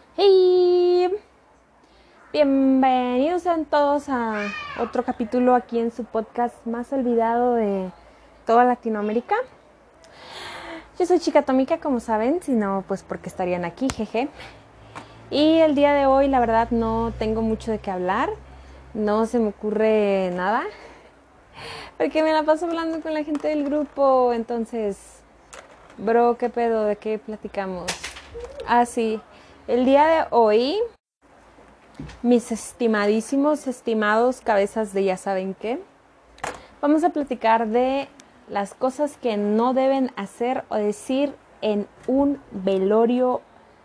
Hey, bienvenidos sean todos a otro capítulo aquí en su podcast más olvidado de toda Latinoamérica. Yo soy Chica Atómica, como saben, si no, pues porque estarían aquí, jeje. Y el día de hoy, la verdad, no tengo mucho de qué hablar, no se me ocurre nada, porque me la paso hablando con la gente del grupo, entonces, bro, ¿qué pedo? ¿De qué platicamos? Ah, sí, el día de hoy, mis estimados cabezas de ya saben qué, vamos a platicar de las cosas que no deben hacer o decir en un velorio,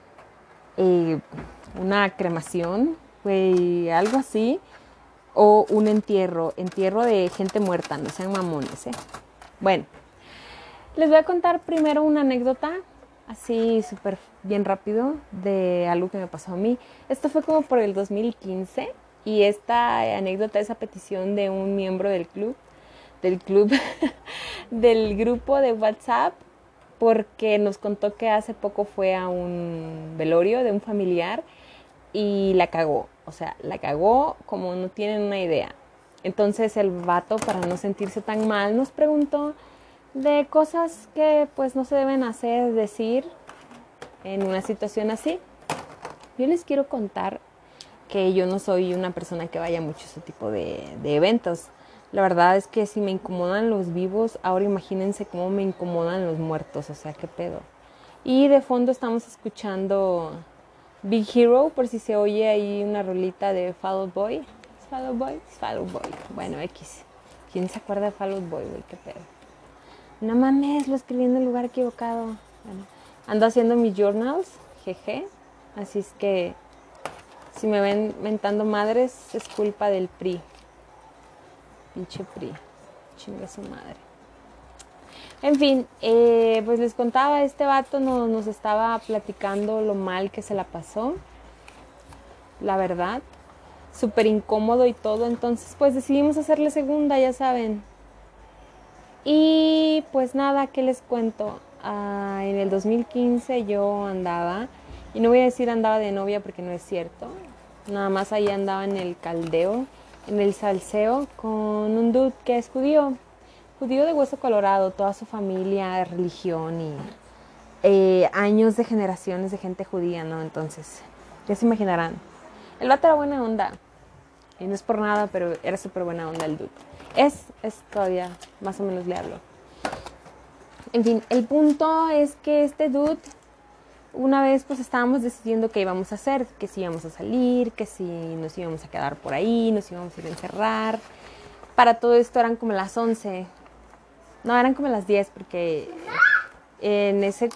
una cremación, algo así, o un entierro de gente muerta, no sean mamones, Bueno, les voy a contar primero una anécdota, así súper bien rápido, de algo que me pasó a mí. Esto fue como por el 2015 y esta anécdota es a petición de un miembro del club, del grupo de WhatsApp, porque nos contó que hace poco fue a un velorio de un familiar y la cagó. O sea, la cagó como no tienen una idea. Entonces el vato, para no sentirse tan mal, nos preguntó de cosas que pues no se deben hacer, decir en una situación así. Yo les quiero contar que yo no soy una persona que vaya mucho a ese tipo de eventos. La verdad es que si me incomodan los vivos, ahora imagínense cómo me incomodan los muertos, o sea, qué pedo. Y de fondo estamos escuchando Big Hero, por si se oye ahí una rolita de Fall Out Boy. ¿Es Fall Out Boy? Es Fall Out Boy. Bueno, X. ¿Quién se acuerda de Fall Out Boy, güey? Qué pedo. No mames, lo escribí en el lugar equivocado. Bueno, ando haciendo mis journals, jeje. Así es que si me ven mentando madres, es culpa del PRI. Pinche PRI. Chinga su madre. En fin, pues les contaba, este vato nos estaba platicando lo mal que se la pasó. La verdad. Súper incómodo y todo. Entonces, pues decidimos hacerle segunda, ya saben. Y pues nada, ¿qué les cuento? En el 2015 yo andaba, y no voy a decir andaba de novia porque no es cierto, nada más ahí andaba en el caldeo, en el salseo, con un dude que es judío de hueso colorado, toda su familia, religión y años de generaciones de gente judía, ¿no? Entonces, ya se imaginarán. El vato era buena onda, y no es por nada, pero era súper buena onda el dude. Es todavía, más o menos le hablo. En fin, el punto es que este dude, una vez pues estábamos decidiendo qué íbamos a hacer, que si íbamos a salir, que si nos íbamos a quedar por ahí, nos íbamos a ir a encerrar. Para todo esto eran como las 11. No, eran como las 10 porque en ese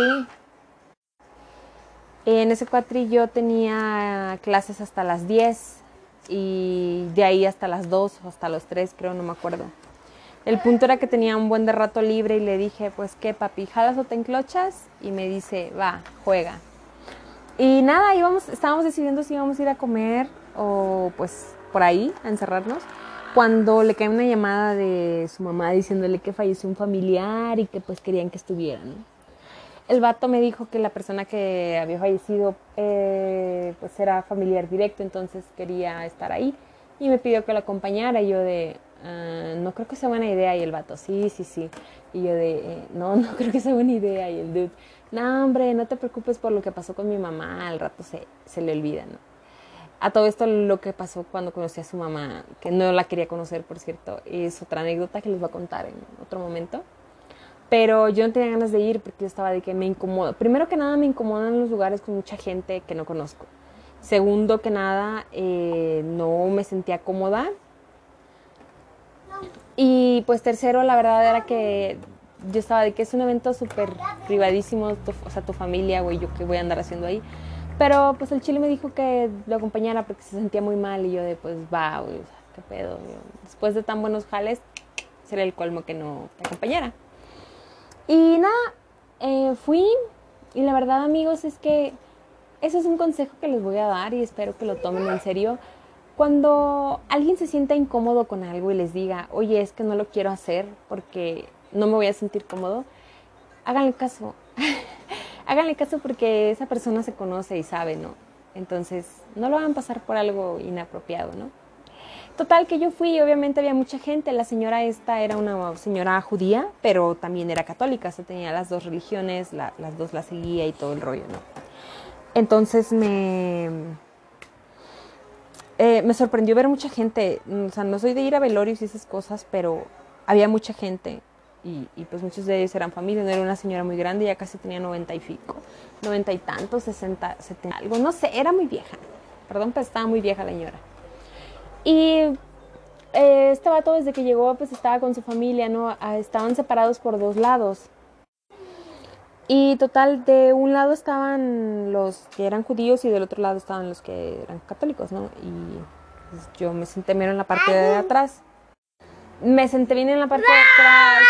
cuatri yo tenía clases hasta las 10 y de ahí hasta las 2 o hasta los 3 creo, no me acuerdo. El punto era que tenía un buen de rato libre y le dije, pues, ¿qué, papi? ¿Jalas o te enclochas? Y me dice, va, juega. Y nada, estábamos decidiendo si íbamos a ir a comer o pues por ahí a encerrarnos, cuando le cae una llamada de su mamá diciéndole que falleció un familiar y que pues querían que estuvieran, ¿no? El vato me dijo que la persona que había fallecido pues era familiar directo, entonces quería estar ahí y me pidió que lo acompañara. Y yo de, no creo que sea buena idea. Y el vato, sí. Y yo de, no creo que sea buena idea. Y el dude, no hombre, no te preocupes por lo que pasó con mi mamá, al rato se le olvida, ¿no? A todo esto lo que pasó cuando conocí a su mamá, que no la quería conocer, por cierto, es otra anécdota que les voy a contar en otro momento. Pero yo no tenía ganas de ir porque yo estaba de que me incomoda. Primero que nada, me incomodan los lugares con mucha gente que no conozco. Segundo que nada, no me sentía cómoda. Y pues tercero, la verdad era que yo estaba de que es un evento súper privadísimo, o sea, tu familia, güey, yo qué voy a andar haciendo ahí. Pero pues el chile me dijo que lo acompañara porque se sentía muy mal y yo de pues va, güey, o sea, qué pedo. Después de tan buenos jales, sería el colmo que no te acompañara. Y nada, fui y la verdad, amigos, es que eso es un consejo que les voy a dar y espero que lo tomen en serio. Cuando alguien se sienta incómodo con algo y les diga, oye, es que no lo quiero hacer porque no me voy a sentir cómodo, háganle caso. háganle caso porque esa persona se conoce y sabe, ¿no? Entonces, no lo hagan pasar por algo inapropiado, ¿no? Total, que yo fui, obviamente había mucha gente. La señora esta era una señora judía, pero también era católica, o sea, tenía las dos religiones, las dos la seguía y todo el rollo, ¿no? Entonces me sorprendió ver mucha gente. O sea, no soy de ir a velorios y esas cosas, pero había mucha gente. Y pues muchos de ellos eran familia. No era una señora muy grande, ya casi tenía 90 y pico. 90 y tantos, 60, 70, algo. No sé, era muy vieja. Perdón, pero estaba muy vieja la señora. Y este vato desde que llegó pues estaba con su familia, ¿no? Estaban separados por dos lados. Y total, de un lado estaban los que eran judíos y del otro lado estaban los que eran católicos, ¿no? Y pues, yo me senté bien en la parte de atrás. Me senté bien en la parte de atrás.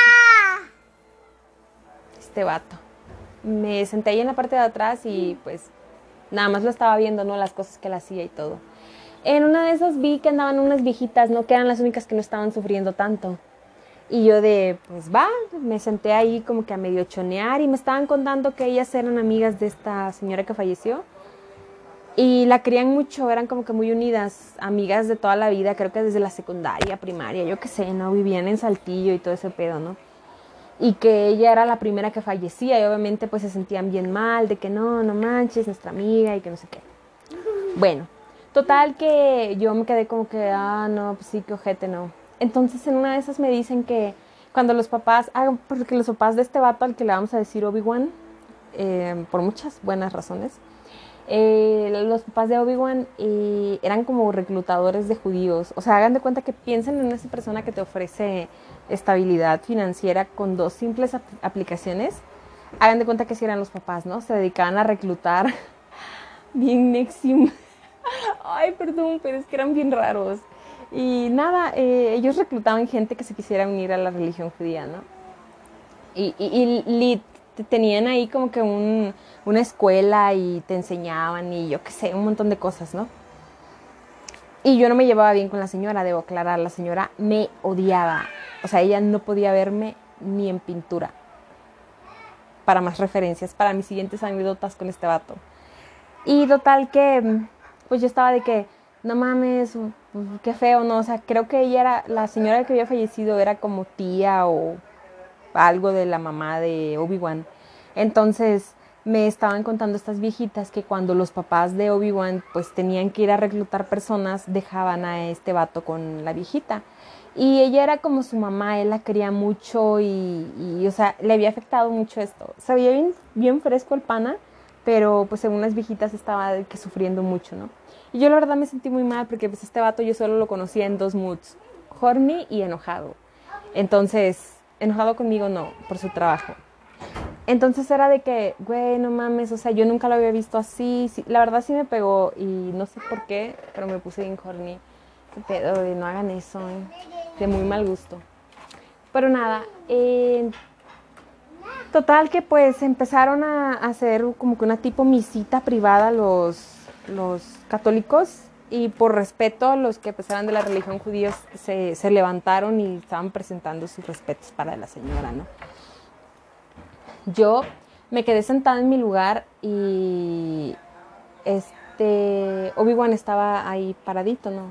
Este vato. Me senté ahí en la parte de atrás y pues nada más lo estaba viendo, ¿no? Las cosas que él hacía y todo. En una de esas vi que andaban unas viejitas, ¿no? Que eran las únicas que no estaban sufriendo tanto. Y yo pues va, me senté ahí como que a medio chonear y me estaban contando que ellas eran amigas de esta señora que falleció. Y la querían mucho, eran como que muy unidas, amigas de toda la vida, creo que desde la secundaria, primaria, yo qué sé, ¿no? Vivían en Saltillo y todo ese pedo, ¿no? Y que ella era la primera que fallecía y obviamente pues se sentían bien mal, de que no manches, nuestra amiga y que no sé qué. Bueno, total que yo me quedé como que, no, pues sí, qué ojete, no. Entonces en una de esas me dicen que cuando los papás, porque los papás de este vato al que le vamos a decir Obi-Wan, por muchas buenas razones, los papás de Obi-Wan eran como reclutadores de judíos. O sea, hagan de cuenta que piensen en esa persona que te ofrece estabilidad financiera con dos simples aplicaciones. Hagan de cuenta que sí eran los papás, ¿no? Se dedicaban a reclutar bien Nexium. Ay, perdón, pero es que eran bien raros. Y nada, ellos reclutaban gente que se quisiera unir a la religión judía, ¿no? Y tenían ahí como que una escuela y te enseñaban y yo qué sé, un montón de cosas, ¿no? Y yo no me llevaba bien con la señora, debo aclarar, la señora me odiaba. O sea, ella no podía verme ni en pintura. Para más referencias, para mis siguientes anécdotas con este vato. Y total que, pues yo estaba de que, no mames, qué feo, ¿no? O sea, creo que ella era, la señora que había fallecido era como tía o algo de la mamá de Obi-Wan. Entonces me estaban contando estas viejitas que cuando los papás de Obi-Wan pues tenían que ir a reclutar personas, dejaban a este vato con la viejita. Y ella era como su mamá, él la quería mucho y o sea, le había afectado mucho esto. Se veía bien fresco el pana, pero pues según las viejitas estaba que sufriendo mucho, ¿no? Y yo la verdad me sentí muy mal porque pues este vato yo solo lo conocía en dos moods, horny y enojado. Entonces, enojado conmigo no, por su trabajo. Entonces era de que, güey, no mames, o sea, yo nunca lo había visto así. Sí, la verdad sí me pegó y no sé por qué, pero me puse bien horny. Qué pedo, no hagan eso, de muy mal gusto. Pero nada, total que pues empezaron a hacer como que una tipo misita privada los católicos y por respeto a los que pues eran de la religión judía se levantaron y estaban presentando sus respetos para la señora, ¿no? Yo me quedé sentada en mi lugar y Obi-Wan estaba ahí paradito, ¿no?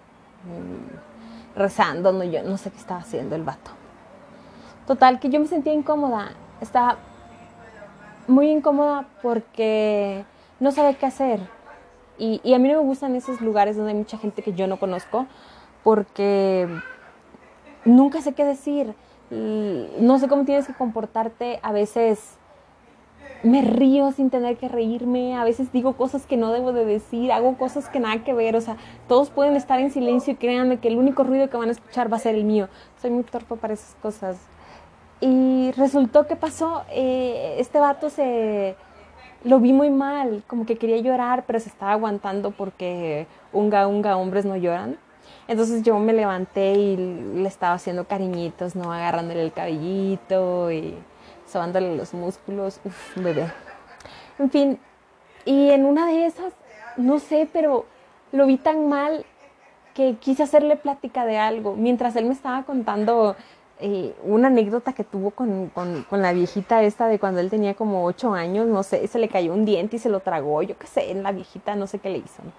Rezando, no, yo no sé qué estaba haciendo el vato. Total, que yo me sentía incómoda, estaba muy incómoda porque no sabía qué hacer. Y a mí no me gustan esos lugares donde hay mucha gente que yo no conozco porque nunca sé qué decir. No sé cómo tienes que comportarte. A veces me río sin tener que reírme, a veces digo cosas que no debo de decir, hago cosas que nada que ver, o sea, todos pueden estar en silencio y créanme que el único ruido que van a escuchar va a ser el mío. Soy muy torpe para esas cosas. Y resultó que pasó, este vato lo vi muy mal, como que quería llorar, pero se estaba aguantando porque unga, hombres no lloran. Entonces yo me levanté y le estaba haciendo cariñitos, ¿no? Agarrándole el cabellito y sobándole los músculos. Uf, bebé. En fin, y en una de esas, no sé, pero lo vi tan mal que quise hacerle plática de algo. Mientras él me estaba contando una anécdota que tuvo con la viejita esta de cuando él tenía como 8 años, no sé, se le cayó un diente y se lo tragó, yo qué sé, la viejita no sé qué le hizo, ¿no?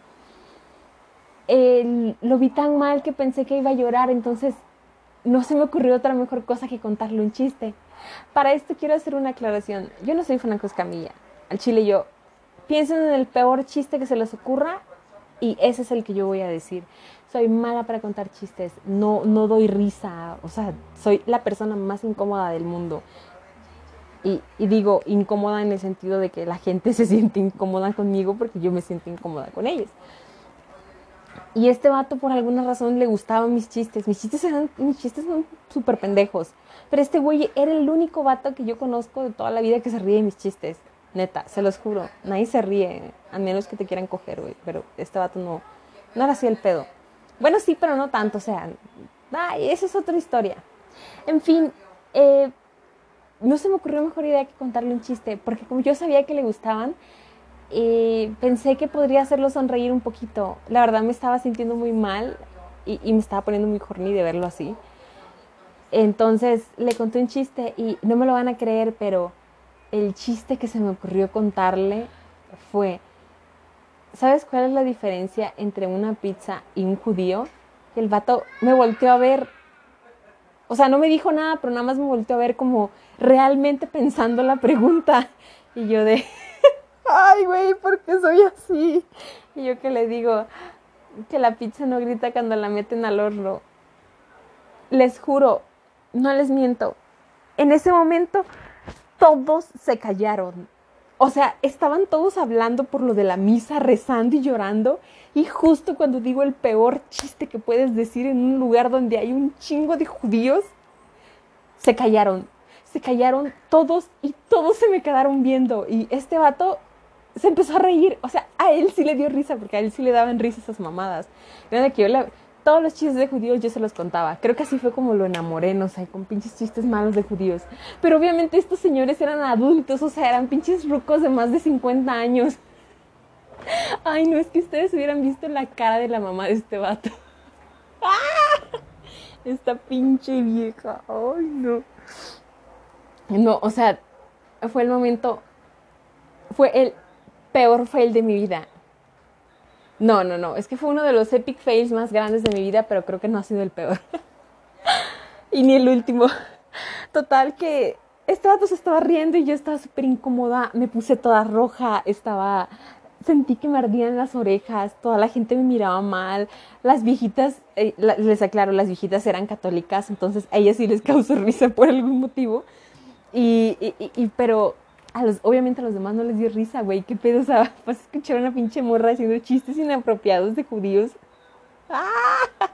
Lo vi tan mal que pensé que iba a llorar, entonces no se me ocurrió otra mejor cosa que contarle un chiste. Para esto quiero hacer una aclaración. Yo no soy Franco Escamilla. Al chile yo, piensen en el peor chiste que se les ocurra y ese es el que yo voy a decir. Soy mala para contar chistes, no doy risa, o sea, soy la persona más incómoda del mundo. Y digo incómoda en el sentido de que la gente se siente incómoda conmigo porque yo me siento incómoda con ellos. Y este vato por alguna razón le gustaban mis chistes. Mis chistes son súper pendejos. Pero este güey era el único vato que yo conozco de toda la vida que se ríe de mis chistes. Neta, se los juro. Nadie se ríe, a menos que te quieran coger, güey. Pero este vato no era así el pedo. Bueno, sí, pero no tanto, o sea. Ay, esa es otra historia. En fin, no se me ocurrió mejor idea que contarle un chiste. Porque como yo sabía que le gustaban, pensé que podría hacerlo sonreír un poquito. La verdad me estaba sintiendo muy mal y me estaba poniendo muy horny de verlo así. Entonces le conté un chiste y no me lo van a creer, pero el chiste que se me ocurrió contarle fue: ¿sabes cuál es la diferencia entre una pizza y un judío? Y el vato me volteó a ver, o sea, no me dijo nada, pero nada más me volteó a ver como realmente pensando la pregunta. Y yo de... ay, güey, ¿por qué soy así? Y yo que le digo que la pizza no grita cuando la meten al horno. Les juro, no les miento. En ese momento todos se callaron. O sea, estaban todos hablando por lo de la misa, rezando y llorando. Y justo cuando digo el peor chiste que puedes decir en un lugar donde hay un chingo de judíos, se callaron. Se callaron todos y todos se me quedaron viendo. Y este vato se empezó a reír. O sea, a él sí le dio risa, porque a él sí le daban risa esas mamadas. Era que todos los chistes de judíos yo se los contaba. Creo que así fue como lo enamoré, no sé, con pinches chistes malos de judíos. Pero obviamente estos señores eran adultos, o sea, eran pinches rucos de más de 50 años. Ay, no, es que ustedes hubieran visto la cara de la mamá de este vato. ¡Ah! Esta pinche vieja. Ay, no. No, o sea, fue el momento, fue el peor fail de mi vida. No, es que fue uno de los epic fails más grandes de mi vida, pero creo que no ha sido el peor. Y ni el último. Total que este vato se estaba riendo y yo estaba súper incómoda, me puse toda roja, sentí que me ardían las orejas, toda la gente me miraba mal, las viejitas, les aclaro, las viejitas eran católicas, entonces a ellas sí les causó risa por algún motivo. Pero obviamente a los demás no les dio risa, güey. ¿Qué pedo? O sea, vas a escuchar a una pinche morra haciendo chistes inapropiados de judíos. ¡Ah!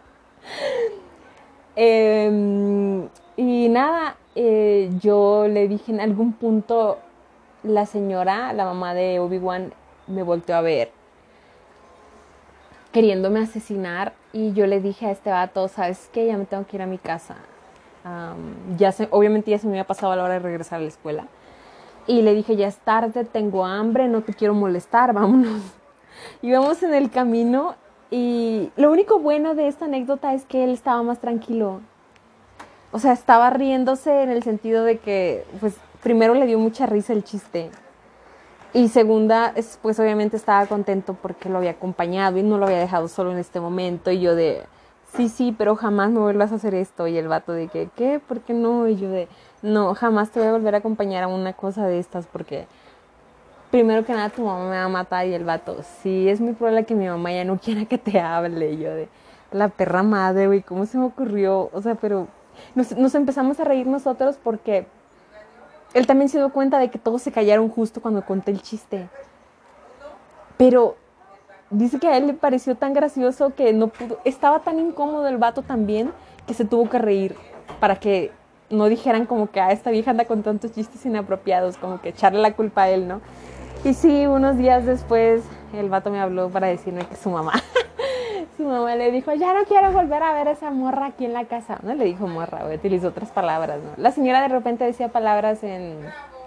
Y nada, yo le dije en algún punto, la señora, la mamá de Obi-Wan, me volteó a ver, queriéndome asesinar. Y yo le dije a este vato, ¿sabes qué? Ya me tengo que ir a mi casa. Obviamente ya se me había pasado a la hora de regresar a la escuela. Y le dije, ya es tarde, tengo hambre, no te quiero molestar, vámonos. Íbamos en el camino y lo único bueno de esta anécdota es que él estaba más tranquilo. O sea, estaba riéndose en el sentido de que, pues, primero le dio mucha risa el chiste. Y segunda, pues obviamente estaba contento porque lo había acompañado y no lo había dejado solo en este momento. Y yo de, sí, pero jamás me vuelvas a hacer esto. Y el vato de que, ¿qué? ¿Por qué no? Y yo de, no, jamás te voy a volver a acompañar a una cosa de estas porque primero que nada tu mamá me va a matar. Y el vato, sí, es muy probable que mi mamá ya no quiera que te hable. Y yo de, la perra madre, güey, ¿cómo se me ocurrió? O sea, pero nos empezamos a reír nosotros porque él también se dio cuenta de que todos se callaron justo cuando conté el chiste. Pero dice que a él le pareció tan gracioso que no pudo. Estaba tan incómodo el vato también que se tuvo que reír para que no dijeran como que esta vieja anda con tantos chistes inapropiados, como que echarle la culpa a él, ¿no? Y sí, unos días después el vato me habló para decirme que su mamá le dijo, ya no quiero volver a ver a esa morra aquí en la casa. No le dijo morra, utilizó otras palabras, ¿no? La señora de repente decía palabras en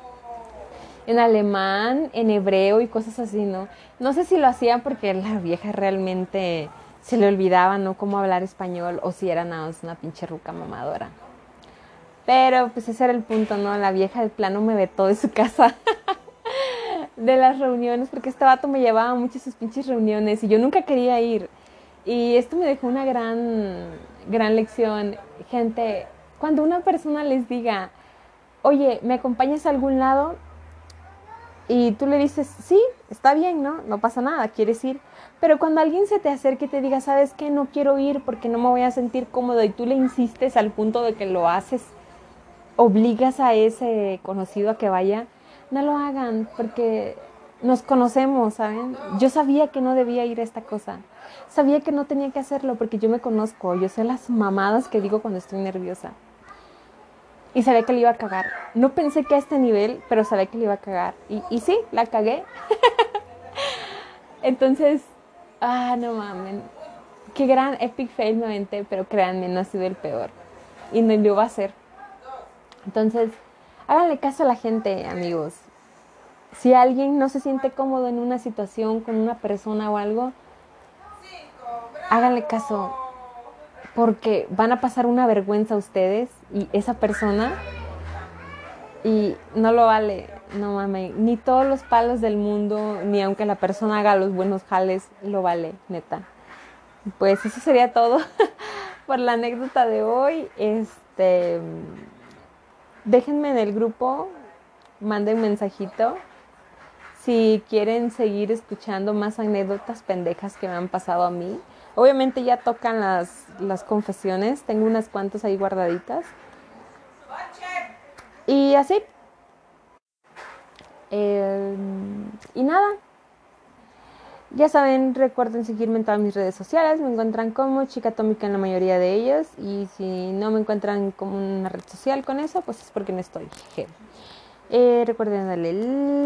alemán, en hebreo y cosas así, ¿no? No sé si lo hacía porque la vieja realmente se le olvidaba, ¿no? Cómo hablar español o si era nada más una pinche ruca mamadora. Pero pues ese era el punto, ¿no? La vieja de plano me vetó de su casa, de las reuniones, porque este vato me llevaba a muchas sus pinches reuniones y yo nunca quería ir. Y esto me dejó una gran lección. Gente, cuando una persona les diga, oye, ¿me acompañas a algún lado? Y tú le dices, sí, está bien, ¿no? No pasa nada, quieres ir. Pero cuando alguien se te acerque y te diga, ¿sabes qué? No quiero ir porque no me voy a sentir cómodo y tú le insistes al punto de que lo haces, obligas a ese conocido a que vaya, no lo hagan porque nos conocemos, ¿saben? Yo sabía que no debía ir a esta cosa. Sabía que no tenía que hacerlo porque yo me conozco, yo sé las mamadas que digo cuando estoy nerviosa. Y sabía que le iba a cagar. No pensé que a este nivel, pero sabía que le iba a cagar. Y sí, la cagué. Entonces, no mames. Qué gran epic fail me aventé, pero créanme, no ha sido el peor. Y no lo va a ser. Entonces, háganle caso a la gente, amigos. Si alguien no se siente cómodo en una situación con una persona o algo, háganle caso. Porque van a pasar una vergüenza a ustedes y esa persona, y no lo vale, no mames, ni todos los palos del mundo, ni aunque la persona haga los buenos jales, lo vale, neta. Pues eso sería todo por la anécdota de hoy. Déjenme en el grupo, manden mensajito si quieren seguir escuchando más anécdotas pendejas que me han pasado a mí. Obviamente ya tocan las confesiones, tengo unas cuantas ahí guardaditas. Y así. Y nada, ya saben, recuerden seguirme en todas mis redes sociales. Me encuentran como Chica Atómica en la mayoría de ellos. Y si no me encuentran como una red social con eso, pues es porque no estoy. Recuerden darle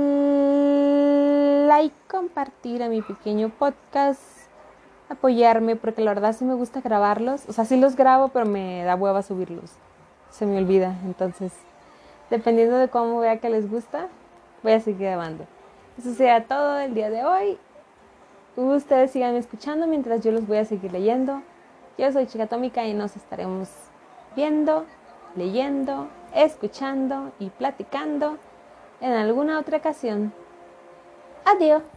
like, compartir a mi pequeño podcast, apoyarme, porque la verdad sí me gusta grabarlos. O sea, sí los grabo, pero me da hueva subirlos. Se me olvida. Entonces, dependiendo de cómo vea que les gusta, voy a seguir grabando. Eso será todo el día de hoy. Ustedes sigan escuchando mientras yo los voy a seguir leyendo. Yo soy Chica Atómica y nos estaremos viendo, leyendo, escuchando y platicando en alguna otra ocasión. Adiós.